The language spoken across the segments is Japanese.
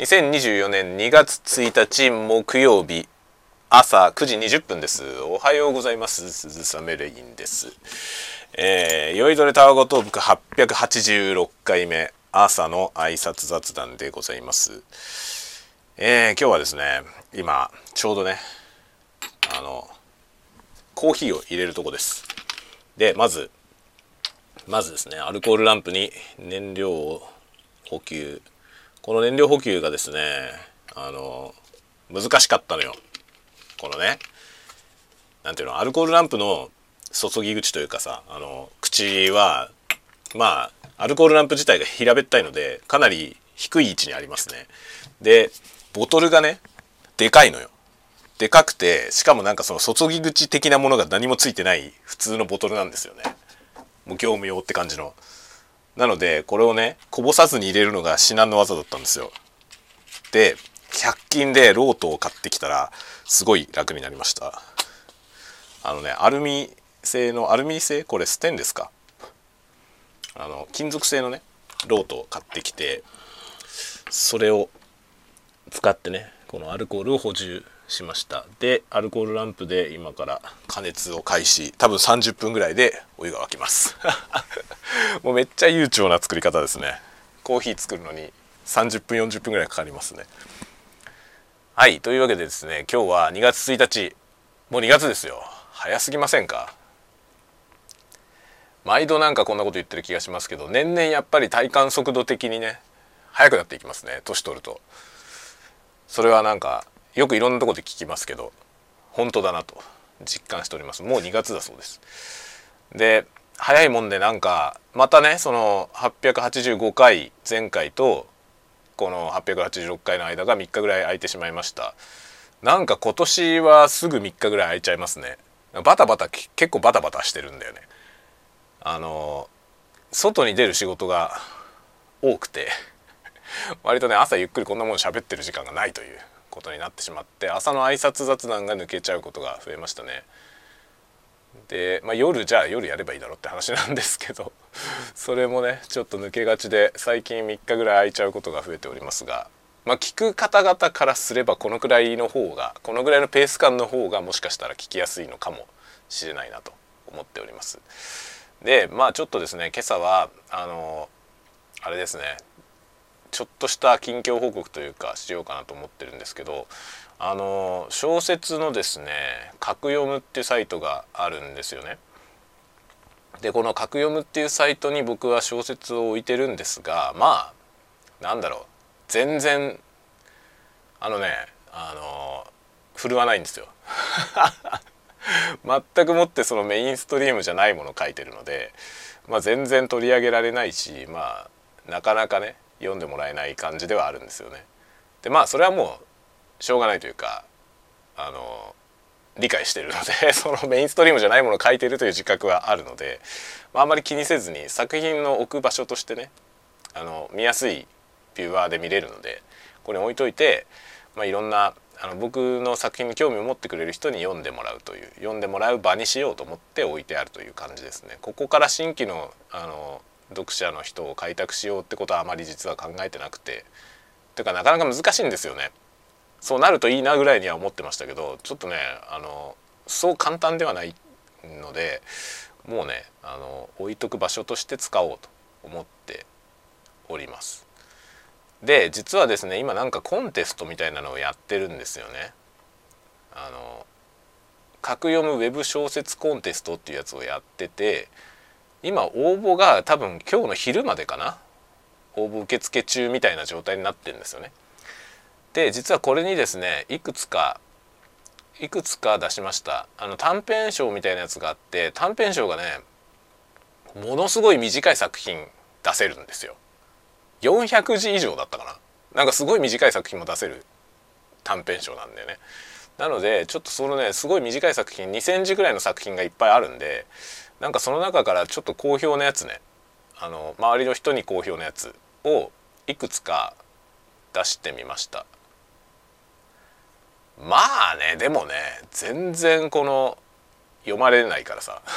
2024年2月1日木曜日朝9時20分です。おはようございます。鈴雨レインです。酔いどれタワゴトーク886回目朝の挨拶雑談でございます。今日はですね、今ちょうどねコーヒーを入れるとこです。でまずですね、アルコールランプに燃料を補給。この燃料補給がですね、難しかったのよ。このね、なんていうの、アルコールランプの注ぎ口というかさ、口はアルコールランプ自体が平べったいのでかなり低い位置にありますね。でボトルがねでかいのよ。でかくて、しかもなんかその注ぎ口的なものが何もついてない普通のボトルなんですよね。もう業務用って感じの。なのでこれをねこぼさずに入れるのが至難の業だったんですよ。で100均でロートを買ってきたらすごい楽になりました。アルミ製、これステンレスか、金属製のねロートを買ってきて、それを使ってねこのアルコールを補充しました。でアルコールランプで今から加熱を開始。多分30分ぐらいでお湯が沸きますもうめっちゃ悠長な作り方ですね。コーヒー作るのに30分40分ぐらいかかりますね。はい、というわけでですね、今日は2月1日、もう2月ですよ。早すぎませんか？毎度なんかこんなこと言ってる気がしますけど、年々やっぱり体感速度的にね速くなっていきますね、年取ると。それはなんかよくいろんなところで聞きますけど、本当だなと実感しております。もう2月だそうです。で早いもんで、なんかまたね、その885回前回とこの886回の間が3日ぐらい空いてしまいました。なんか今年はすぐ3日ぐらい空いちゃいますね。結構バタバタしてるんだよね。外に出る仕事が多くて割とね朝ゆっくりこんなもん喋ってる時間がないということになってしまって、朝の挨拶雑談が抜けちゃうことが増えましたね。で、夜やればいいだろうって話なんですけどそれもねちょっと抜けがちで、最近3日ぐらい空いちゃうことが増えておりますが、聞く方々からすればこのぐらいのペース感の方がもしかしたら聞きやすいのかもしれないなと思っております。でちょっとですね、今朝はあれですね、ちょっとした近況報告というかしようかなと思ってるんですけど、小説のですね格読むっていうサイトがあるんですよね。でこの格読むっていうサイトに僕は小説を置いてるんですが、なんだろう、全然振るわないんですよ全くもってそのメインストリームじゃないものを書いてるので、全然取り上げられないし、なかなかね読んでもらえない感じではあるんですよね。でそれはもうしょうがないというか理解してるのでそのメインストリームじゃないものを書いているという自覚はあるので、あんまり気にせずに作品の置く場所としてね見やすいビューアーで見れるので、これに置いといて、いろんな僕の作品に興味を持ってくれる人に読んでもらう場にしようと思って置いてあるという感じですね。ここから新規の読者の人を開拓しようってことはあまり実は考えてなくて、てかなかなか難しいんですよね。そうなるといいなぐらいには思ってましたけど、ちょっとねそう簡単ではないので、もうね置いとく場所として使おうと思っております。で実はですね、今なんかコンテストみたいなのをやってるんですよね。格読むウェブ小説コンテストっていうやつをやってて、今応募が多分今日の昼までかな、応募受付中みたいな状態になってるんですよね。で実はこれにですねいくつか出しました。短編賞みたいなやつがあって、短編賞がねものすごい短い作品出せるんですよ。400字以上だったかな。なんかすごい短い作品も出せる短編賞なんでね。なのでちょっとそのねすごい短い作品2000字ぐらいの作品がいっぱいあるんで、なんかその中からちょっと好評なやつね、周りの人に好評なやつをいくつか出してみました。でもね全然読まれないからさ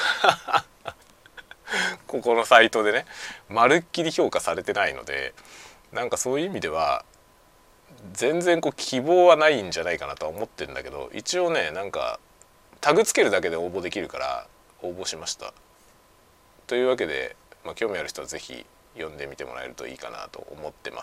ここのサイトでねまるっきり評価されてないので、なんかそういう意味では全然こう希望はないんじゃないかなとは思ってるんだけど、一応ねなんかタグつけるだけで応募できるから応募しました。というわけで、興味ある人は是非読んでみてもらえるといいかなと思ってます。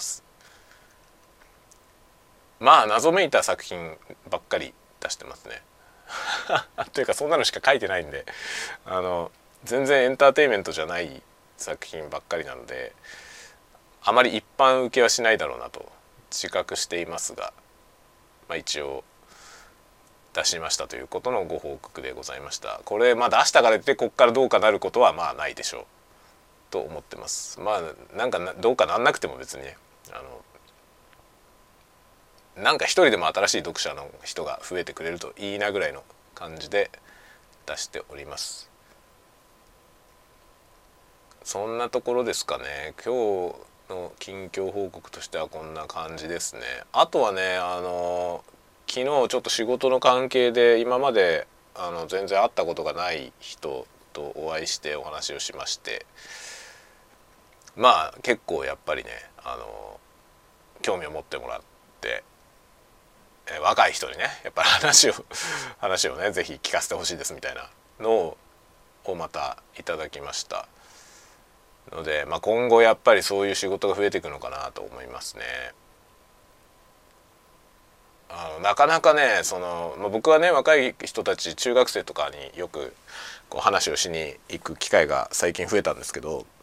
謎めいた作品ばっかり出してますねというかそんなのしか書いてないんで、全然エンターテインメントじゃない作品ばっかりなので、あまり一般受けはしないだろうなと自覚していますが、一応出しましたということのご報告でございました。これ出したからってこっからどうかなることはないでしょうと思ってます。なんかどうかなんなくても別にね、なんか一人でも新しい読者の人が増えてくれるといいなぐらいの感じで出しております。そんなところですかね。今日の近況報告としてはこんな感じですね。あとはね、昨日ちょっと仕事の関係で今まで全然会ったことがない人とお会いしてお話をしまして、結構やっぱりね興味を持ってもらって、若い人にねやっぱり話をねぜひ聞かせてほしいですみたいなのをまたいただきましたので、今後やっぱりそういう仕事が増えていくのかなと思いますね。なかなかね僕はね若い人たち中学生とかによくこう話をしに行く機会が最近増えたんですけど、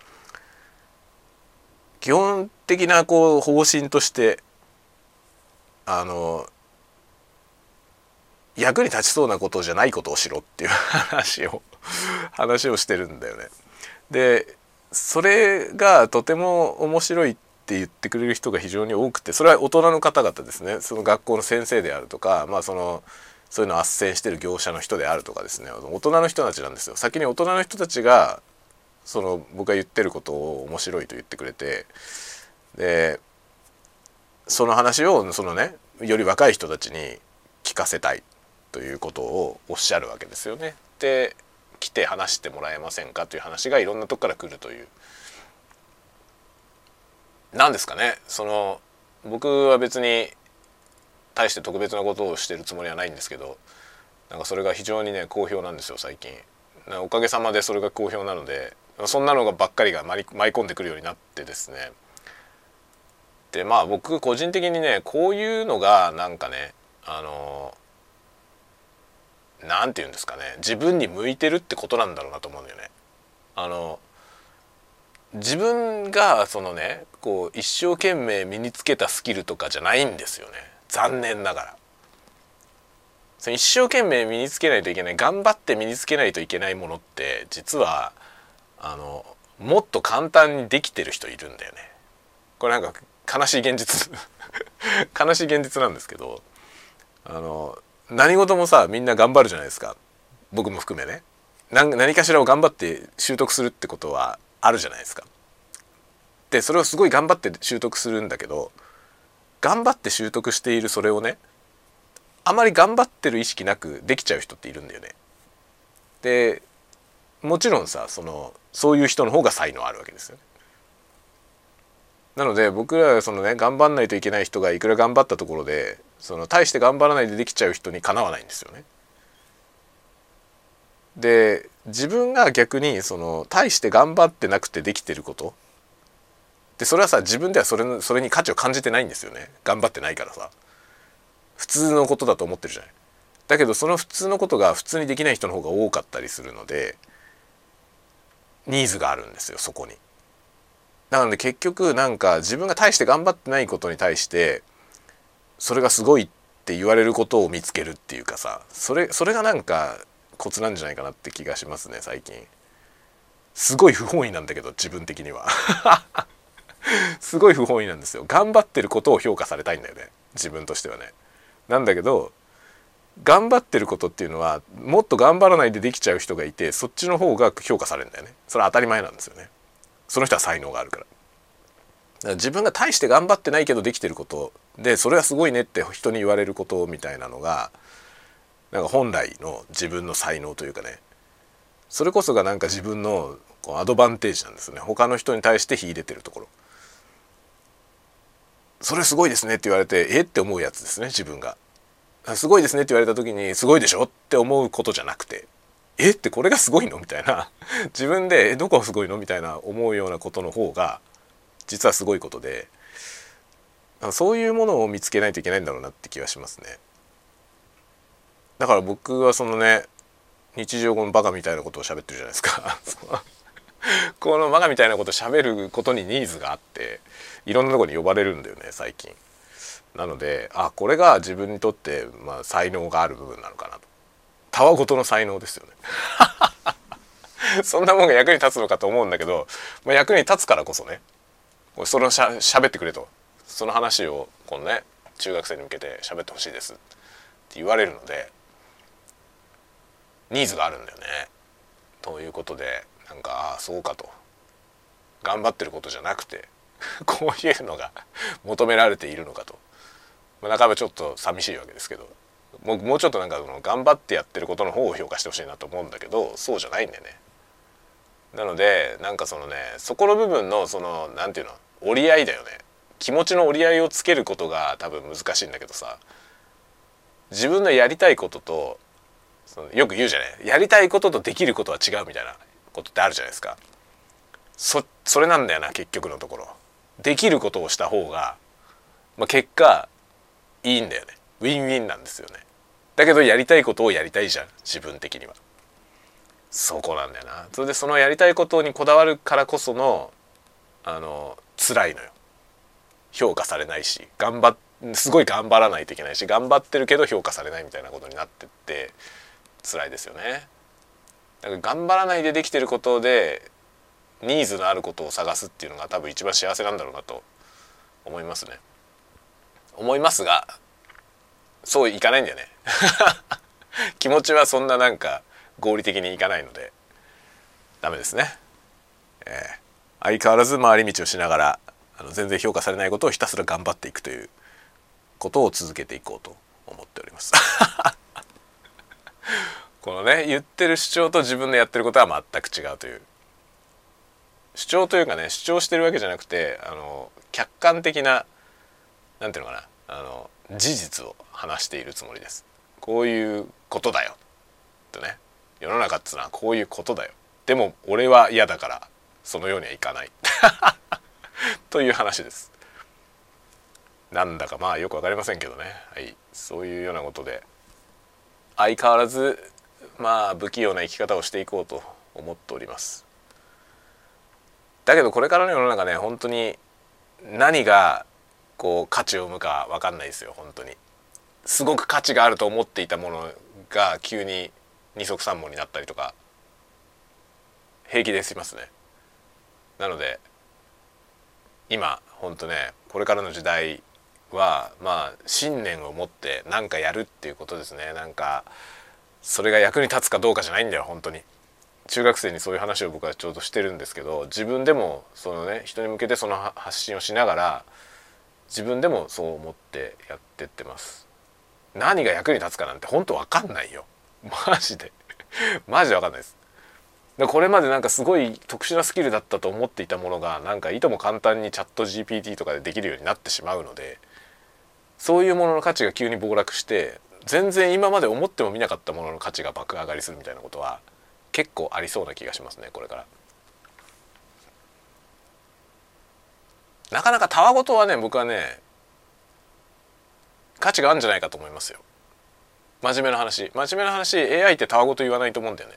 基本的なこう方針として役に立ちそうなことじゃないことをしろっていう話をしてるんだよね。でそれがとても面白いって言ってくれる人が非常に多くて、それは大人の方々ですね。その学校の先生であるとか、そういうのを斡旋してる業者の人であるとかですね、大人の人たちなんですよ。先に大人の人たちが僕が言ってることを面白いと言ってくれて、でその話をより若い人たちに聞かせたいということをおっしゃるわけですよね。で来て話してもらえませんかという話がいろんなとこから来るという、なんですかね、僕は別に大して特別なことをしてるつもりはないんですけど、なんかそれが非常にね好評なんですよ最近。おかげさまでそれが好評なので、そんなのがばっかりが舞い込んでくるようになってですね。で僕個人的にねこういうのがなんかねなんていうんですかね、自分に向いてるってことなんだろうなと思うんだよね。自分がこう一生懸命身につけたスキルとかじゃないんですよね、残念ながら。一生懸命身につけないといけない、頑張って身につけないといけないものって実はもっと簡単にできてる人いるんだよね。これなんか悲しい現実悲しい現実なんですけど、何事もさみんな頑張るじゃないですか、僕も含めね。何かしらを頑張って習得するってことはあるじゃないですか。でそれをすごい頑張って習得するんだけど、頑張って習得しているそれをねあまり頑張ってる意識なくできちゃう人っているんだよね。でもちろんさそういう人の方が才能あるわけですよね。なので僕らが頑張んないといけない人がいくら頑張ったところで大して頑張らないでできちゃう人にかなわないんですよね。で自分が逆に大して頑張ってなくてできてることで、それはさ自分ではそれに価値を感じてないんですよね。頑張ってないからさ普通のことだと思ってるじゃない。だけどその普通のことが普通にできない人の方が多かったりするのでニーズがあるんですよそこに。なので結局なんか自分が大して頑張ってないことに対してそれがすごいって言われることを見つけるっていうかさ、それがなんかコツなんじゃないかなって気がしますね最近。すごい不本意なんだけど自分的にはすごい不本意なんですよ。頑張ってることを評価されたいんだよね自分としてはね。なんだけど頑張ってることっていうのはもっと頑張らないでできちゃう人がいて、そっちの方が評価されるんだよね。それは当たり前なんですよね。その人は才能があるから。だから自分が大して頑張ってないけどできてることでそれはすごいねって人に言われることみたいなのがなんか本来の自分の才能というかね、それこそがなんか自分のアドバンテージなんですよね。他の人に対して秀でてるところそれすごいですねって言われてって思うやつですね。自分がすごいですねって言われた時にすごいでしょって思うことじゃなくて、ってこれがすごいのみたいな、自分でどこがすごいのみたいな思うようなことの方が実はすごいことで、そういうものを見つけないといけないんだろうなって気がしますね。だから僕はそのね、日常語のバカみたいなことを喋ってるじゃないですかこのバカみたいなことを喋ることにニーズがあって、いろんなところに呼ばれるんだよね最近。なのでこれが自分にとって才能がある部分なのかなと。たわごとの才能ですよねそんなもんが役に立つのかと思うんだけど、役に立つからこそね、それを喋ってくれと、その話をこのね中学生に向けて喋ってほしいですって言われるので、ニーズがあるんだよね。ということでなんかそうかと、頑張ってることじゃなくてこういうのが求められているのかと、半ばちょっと寂しいわけですけど、もうちょっとなんかその頑張ってやってることの方を評価してほしいなと思うんだけど、そうじゃないんだよね。なのでなんかそのね、そこの部分のそのなんていうの、折り合いだよね。気持ちの折り合いをつけることが多分難しいんだけどさ、自分のやりたいことと、よく言うじゃない、やりたいこととできることは違うみたいなことってあるじゃないですか。それなんだよな結局のところ。できることをした方が、結果いいんだよね。ウィンウィンなんですよね。だけどやりたいことをやりたいじゃん自分的には。そこなんだよな。それでそのやりたいことにこだわるからこその辛いのよ。評価されないし、すごい頑張らないといけないし、頑張ってるけど評価されないみたいなことになってって辛いですよね。だから頑張らないでできてることでニーズのあることを探すっていうのが多分一番幸せなんだろうなと思いますね。思いますが、そういかないんだよね気持ちはそんななんか合理的にいかないのでダメですね。相変わらず回り道をしながら全然評価されないことをひたすら頑張っていくということを続けていこうと思っておりますこのね、言ってる主張と自分でやってることは全く違うという、主張というかね、主張してるわけじゃなくて客観的な、なんていうのかな、事実を話しているつもりです。こういうことだよとね、世の中っつうのはこういうことだよ、でも俺は嫌だからそのようにはいかないという話です。なんだかよくわかりませんけどね、はい、そういうようなことで相変わらず不器用な生き方をしていこうと思っております。だけどこれからの世の中ね、本当に何がこう価値を生むか分かんないですよ。本当にすごく価値があると思っていたものが急に二足三文になったりとか平気でしますね。なので今本当ね、これからの時代は信念を持って何かやるっていうことですね。なんかそれが役に立つかどうかじゃないんだよ本当に。中学生にそういう話を僕はちょうどしてるんですけど、自分でもそのね、人に向けてその発信をしながら自分でもそう思ってやってってます。何が役に立つかなんて本当わかんないよマジでマジでわかんないです。これまでなんかすごい特殊なスキルだったと思っていたものがなんかいとも簡単にチャット GPT とかでできるようになってしまうので、そういうものの価値が急に暴落して全然今まで思ってもみなかったものの価値が爆上がりするみたいなことは結構ありそうな気がしますねこれから。なかなかたわごとはね、僕はね価値があるんじゃないかと思いますよ。真面目な話 AI ってたわごと言わないと思うんだよね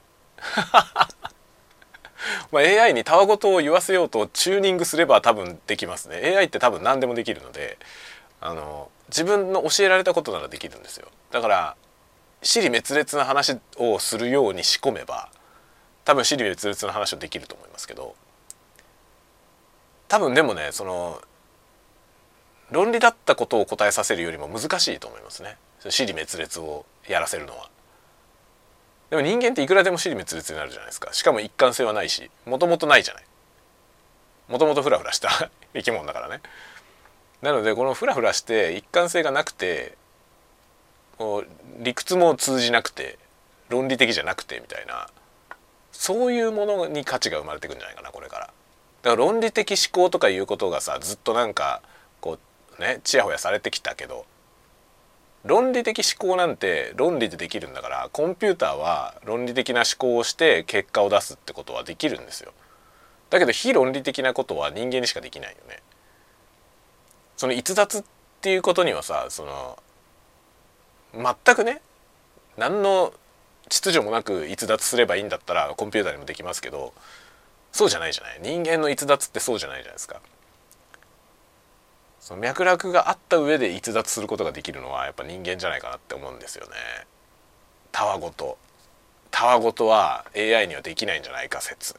AI にたわごとを言わせようとチューニングすれば多分できますね。 AI って多分何でもできるので、自分の教えられたことならできるんですよ。だから支離滅裂な話をするように仕込めば多分支離滅裂な話をできると思いますけど、多分でもね、その論理だったことを答えさせるよりも難しいと思いますね、支離滅裂をやらせるのは。でも人間っていくらでも支離滅裂になるじゃないですか。しかも一貫性はないし、もともとないじゃない。もともとフラフラした生き物だからね。なのでこのフラフラして一貫性がなくて、こう理屈も通じなくて論理的じゃなくてみたいな、そういうものに価値が生まれていくんじゃないかなこれから。だから論理的思考とかいうことがさ、ずっとなんかこうねちやほやされてきたけど、論理的思考なんて論理でできるんだから、コンピューターは論理的な思考をして結果を出すってことはできるんですよ。だけど非論理的なことは人間にしかできないよね。その逸脱っていうことにはさ、その全くね何の秩序もなく逸脱すればいいんだったらコンピューターにもできますけど、そうじゃないじゃない。人間の逸脱ってそうじゃないじゃないですか。その脈絡があった上で逸脱することができるのはやっぱ人間じゃないかなって思うんですよね。たわごとは AI にはできないんじゃないか説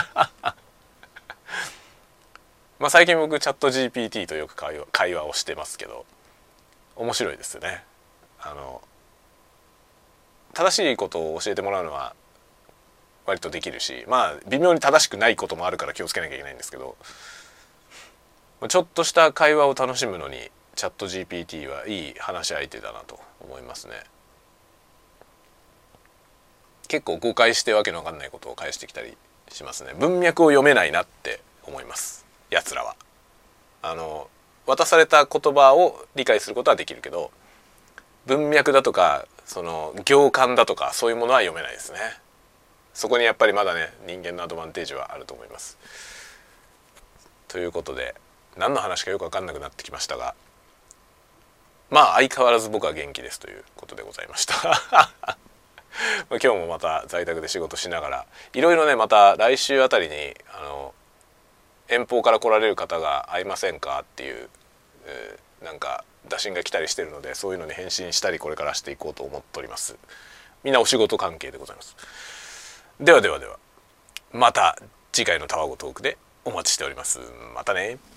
まあ最近僕チャット GPT とよく会話をしてますけど、面白いですよね。正しいことを教えてもらうのは割とできるし、まあ微妙に正しくないこともあるから気をつけなきゃいけないんですけど、ちょっとした会話を楽しむのにチャット GPT はいい話し相手だなと思いますね。結構誤解してわけのわかんないことを返してきたりしますね。文脈を読めないなって思います。やつらは渡された言葉を理解することはできるけど、文脈だとかその行間だとかそういうものは読めないですね。そこにやっぱりまだね人間のアドバンテージはあると思います。ということで何の話かよく分かんなくなってきましたが、まあ相変わらず僕は元気ですということでございました今日もまた在宅で仕事しながらいろいろね、また来週あたりに遠方から来られる方が会いませんかっていう、なんか打診が来たりしてるので、そういうのに返信したりこれからしていこうと思っております。みんなお仕事関係でございます。ではまた次回のたわごトークでお待ちしております。またね。